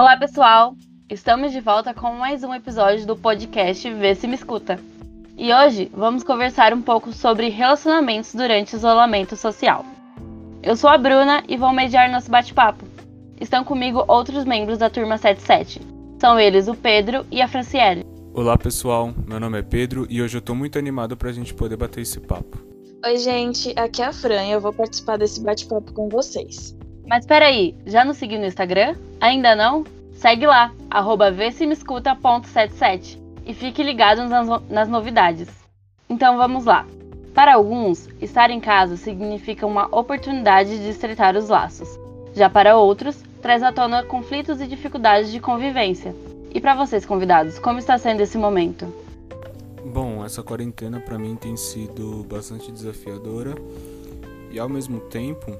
Olá, pessoal! Estamos de volta com mais um episódio do podcast Vê Se Me Escuta. E hoje vamos conversar um pouco sobre relacionamentos durante o isolamento social. Eu sou a Bruna e vou mediar nosso bate-papo. Estão comigo outros membros da turma 77. São eles o Pedro e a Franciele. Olá, pessoal. Meu nome é Pedro e hoje eu tô muito animado pra gente poder bater esse papo. Oi, gente. Aqui é a Fran e eu vou participar desse bate-papo com vocês. Mas peraí, já nos seguiu no Instagram? Ainda não? Segue lá, @vsemescuta.77 e fique ligado nas novidades. Então vamos lá. Para alguns, estar em casa significa uma oportunidade de estreitar os laços. Já para outros, traz à tona conflitos e dificuldades de convivência. E para vocês, convidados, como está sendo esse momento? Bom, essa quarentena pra mim tem sido bastante desafiadora e ao mesmo tempo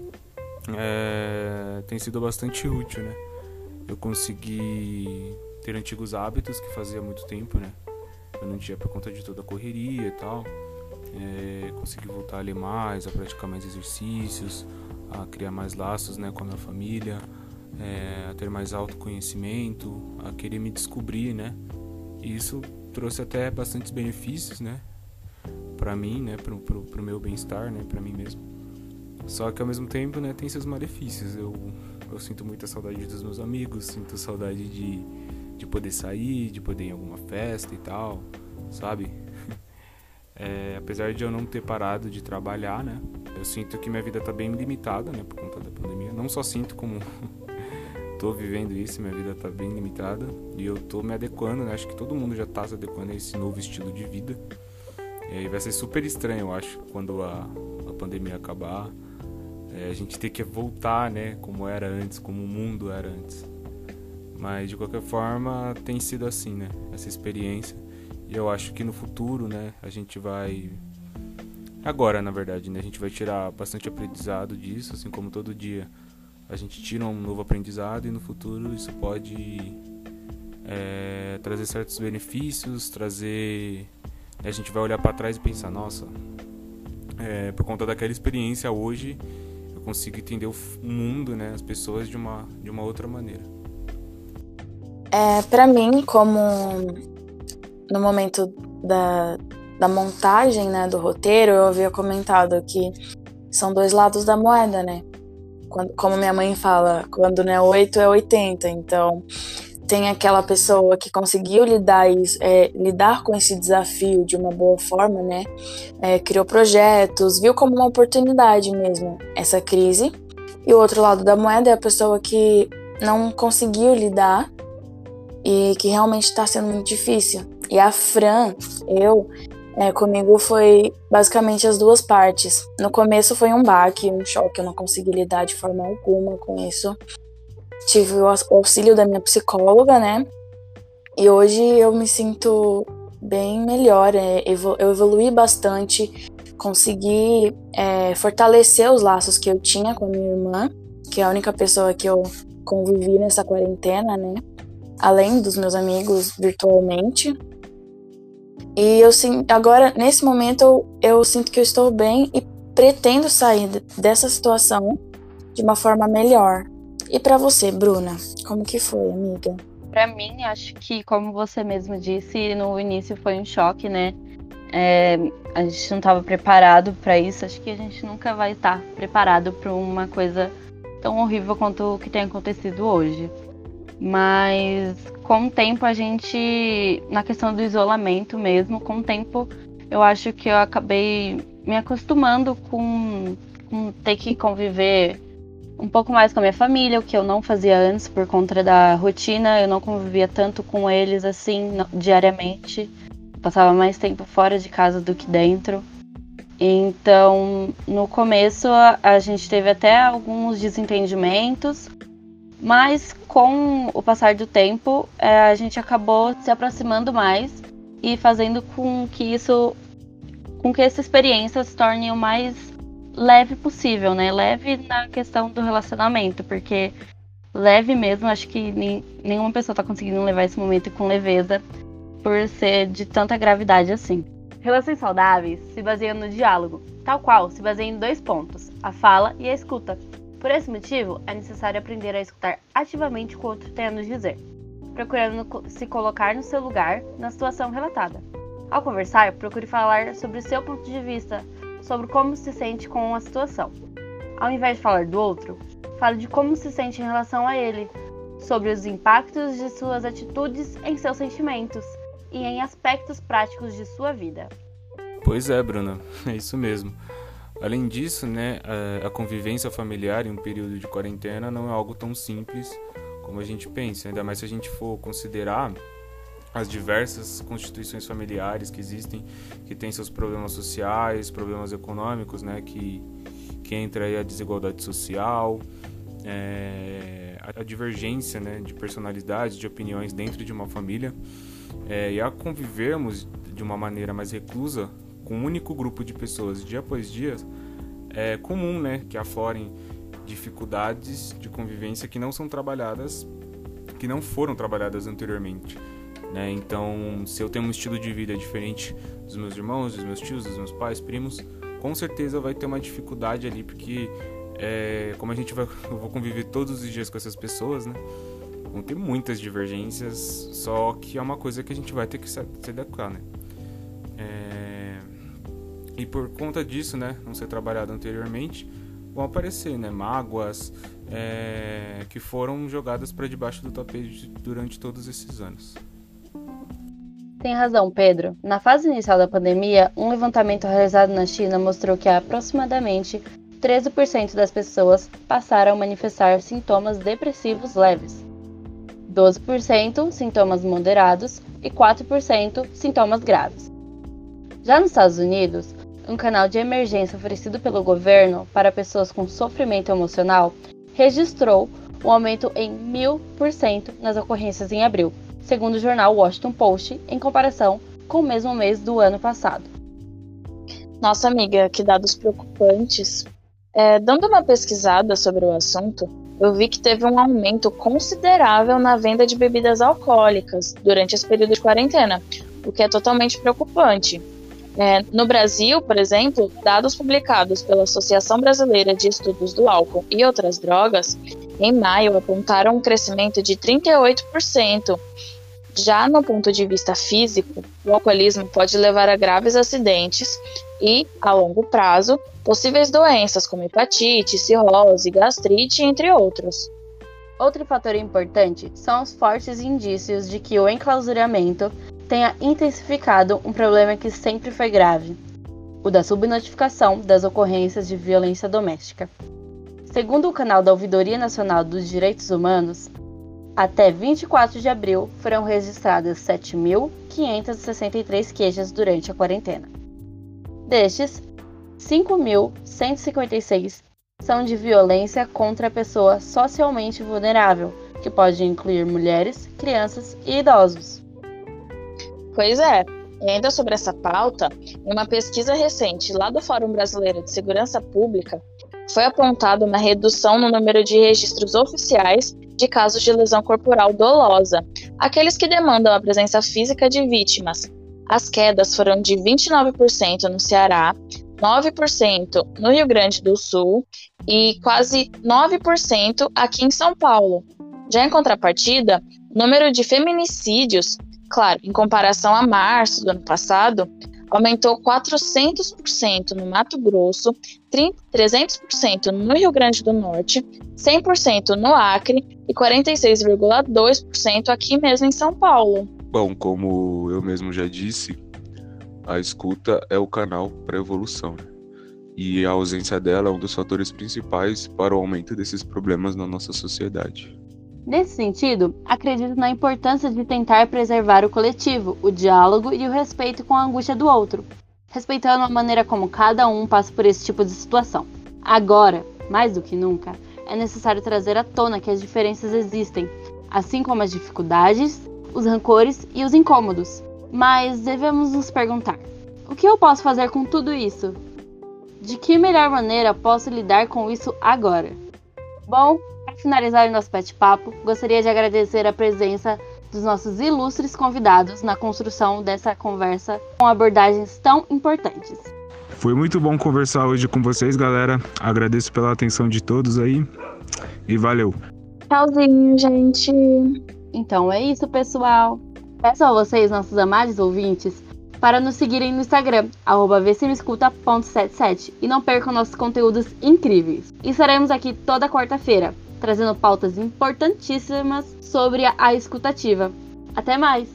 tem sido bastante útil, né? Eu consegui ter antigos hábitos que fazia muito tempo, né? Eu não tinha por conta de toda a correria e tal. Consegui voltar a ler mais, a praticar mais exercícios, a criar mais laços, né, com a minha família, a ter mais autoconhecimento, a querer me descobrir, né? E isso trouxe até bastantes benefícios, né? Pra mim, né? Pro meu bem-estar, né? Pra mim mesmo. Só que ao mesmo tempo, né, tem seus malefícios. Eu sinto muita saudade dos meus amigos, sinto saudade de poder sair, de poder ir em alguma festa e tal, sabe? Apesar de eu não ter parado de trabalhar, né, eu sinto que minha vida tá bem limitada, né, por conta da pandemia. Não só sinto como tô vivendo isso, minha vida tá bem limitada e eu tô me adequando, né, acho que todo mundo já tá se adequando a esse novo estilo de vida. E vai ser super estranho, eu acho, quando a pandemia acabar. A gente ter que voltar, né, como era antes, como o mundo era antes. Mas de qualquer forma tem sido assim, né, essa experiência. E eu acho que no futuro, né, a gente vai... Agora, na verdade, né, a gente vai tirar bastante aprendizado disso, assim como todo dia a gente tira um novo aprendizado e no futuro isso pode trazer certos benefícios, trazer... A gente vai olhar para trás e pensar, nossa, por conta daquela experiência hoje eu consigo entender o mundo, né, as pessoas de uma outra maneira. Para mim, como no momento da montagem, né, do roteiro, eu havia comentado que são dois lados da moeda, né? Como minha mãe fala, quando não é 8 é 80, então tem aquela pessoa que conseguiu lidar com esse desafio de uma boa forma, né? Criou projetos, viu como uma oportunidade mesmo essa crise. E o outro lado da moeda é a pessoa que não conseguiu lidar e que realmente está sendo muito difícil. E a Fran, comigo foi basicamente as duas partes. No começo foi um baque, um choque, eu não consegui lidar de forma alguma com isso. Tive o auxílio da minha psicóloga, né? E hoje eu me sinto bem melhor. Eu evoluí bastante, consegui fortalecer os laços que eu tinha com a minha irmã, que é a única pessoa que eu convivi nessa quarentena, né? Além dos meus amigos virtualmente. E agora, nesse momento, eu sinto que eu estou bem e pretendo sair dessa situação de uma forma melhor. E pra você, Bruna, como que foi, amiga? Pra mim, acho que, como você mesmo disse, no início foi um choque, né? A gente não estava preparado pra isso. Acho que a gente nunca vai estar preparado pra uma coisa tão horrível quanto o que tem acontecido hoje. Mas com o tempo a gente, na questão do isolamento mesmo, com o tempo eu acho que eu acabei me acostumando com ter que conviver um pouco mais com a minha família, o que eu não fazia antes por conta da rotina. Eu não convivia tanto com eles assim diariamente, passava mais tempo fora de casa do que dentro. Então no começo a gente teve até alguns desentendimentos, mas com o passar do tempo a gente acabou se aproximando mais e fazendo com que essa experiência se torne o mais leve possível, né? Leve na questão do relacionamento, porque leve mesmo, acho que nenhuma pessoa tá conseguindo levar esse momento com leveza por ser de tanta gravidade assim. Relações saudáveis se baseiam no diálogo, tal qual se baseiam em 2 pontos, a fala e a escuta. Por esse motivo, é necessário aprender a escutar ativamente o que o outro tem a nos dizer, procurando se colocar no seu lugar na situação relatada. Ao conversar, procure falar sobre o seu ponto de vista, sobre como se sente com a situação. Ao invés de falar do outro, fale de como se sente em relação a ele, sobre os impactos de suas atitudes em seus sentimentos e em aspectos práticos de sua vida. Pois é, Bruna, é isso mesmo. Além disso, né, a convivência familiar em um período de quarentena não é algo tão simples como a gente pensa, ainda mais se a gente for considerar as diversas constituições familiares que existem, que têm seus problemas sociais, problemas econômicos, né, que entra aí a desigualdade social, a divergência, né, de personalidades, de opiniões dentro de uma família, e a convivermos de uma maneira mais reclusa com um único grupo de pessoas dia após dia, é comum, né, que aflorem dificuldades de convivência que não são trabalhadas, que não foram trabalhadas anteriormente. Né? Então, se eu tenho um estilo de vida diferente dos meus irmãos, dos meus tios, dos meus pais, primos, com certeza vai ter uma dificuldade ali, porque como eu vou conviver todos os dias com essas pessoas, né? Vão ter muitas divergências, só que é uma coisa que a gente vai ter que se adequar, né? E por conta disso, né, não ser trabalhado anteriormente, vão aparecer, né, mágoas que foram jogadas para debaixo do tapete durante todos esses anos. Tem razão, Pedro. Na fase inicial da pandemia, um levantamento realizado na China mostrou que aproximadamente 13% das pessoas passaram a manifestar sintomas depressivos leves, 12% sintomas moderados e 4% sintomas graves. Já nos Estados Unidos, um canal de emergência oferecido pelo governo para pessoas com sofrimento emocional registrou um aumento em 1000% nas ocorrências em abril, segundo o jornal Washington Post, em comparação com o mesmo mês do ano passado. Nossa, amiga, que dados preocupantes. Dando uma pesquisada sobre o assunto, eu vi que teve um aumento considerável na venda de bebidas alcoólicas durante esse período de quarentena, o que é totalmente preocupante. No Brasil, por exemplo, dados publicados pela Associação Brasileira de Estudos do Álcool e Outras Drogas, em maio apontaram um crescimento de 38%. Já no ponto de vista físico, o alcoolismo pode levar a graves acidentes e, a longo prazo, possíveis doenças como hepatite, cirrose, gastrite, entre outros. Outro fator importante são os fortes indícios de que o enclausuramento tenha intensificado um problema que sempre foi grave, o da subnotificação das ocorrências de violência doméstica. Segundo o canal da Ouvidoria Nacional dos Direitos Humanos, até 24 de abril foram registradas 7.563 queixas durante a quarentena. Destes, 5.156 são de violência contra a pessoa socialmente vulnerável, que pode incluir mulheres, crianças e idosos. Pois é, e ainda sobre essa pauta, em uma pesquisa recente lá do Fórum Brasileiro de Segurança Pública, foi apontada uma redução no número de registros oficiais de casos de lesão corporal dolosa, aqueles que demandam a presença física de vítimas. As quedas foram de 29% no Ceará, 9% no Rio Grande do Sul e quase 9% aqui em São Paulo. Já em contrapartida, o número de feminicídios, claro, em comparação a março do ano passado, aumentou 400% no Mato Grosso, 300% no Rio Grande do Norte, 100% no Acre e 46,2% aqui mesmo em São Paulo. Bom, como eu mesmo já disse, a escuta é o canal para a evolução, né? E a ausência dela é um dos fatores principais para o aumento desses problemas na nossa sociedade. Nesse sentido, acredito na importância de tentar preservar o coletivo, o diálogo e o respeito com a angústia do outro, respeitando a maneira como cada um passa por esse tipo de situação. Agora, mais do que nunca, é necessário trazer à tona que as diferenças existem, assim como as dificuldades, os rancores e os incômodos. Mas devemos nos perguntar: o que eu posso fazer com tudo isso? De que melhor maneira posso lidar com isso agora? Bom, para finalizar o nosso bate-papo, gostaria de agradecer a presença dos nossos ilustres convidados na construção dessa conversa com abordagens tão importantes. Foi muito bom conversar hoje com vocês, galera. Agradeço pela atenção de todos aí e valeu. Tchauzinho, gente. Então é isso, pessoal. Peço a vocês, nossos amados ouvintes, para nos seguirem no Instagram, @vcmeescuta.77, e não percam nossos conteúdos incríveis. Estaremos aqui toda quarta-feira, trazendo pautas importantíssimas sobre a escutativa. Até mais!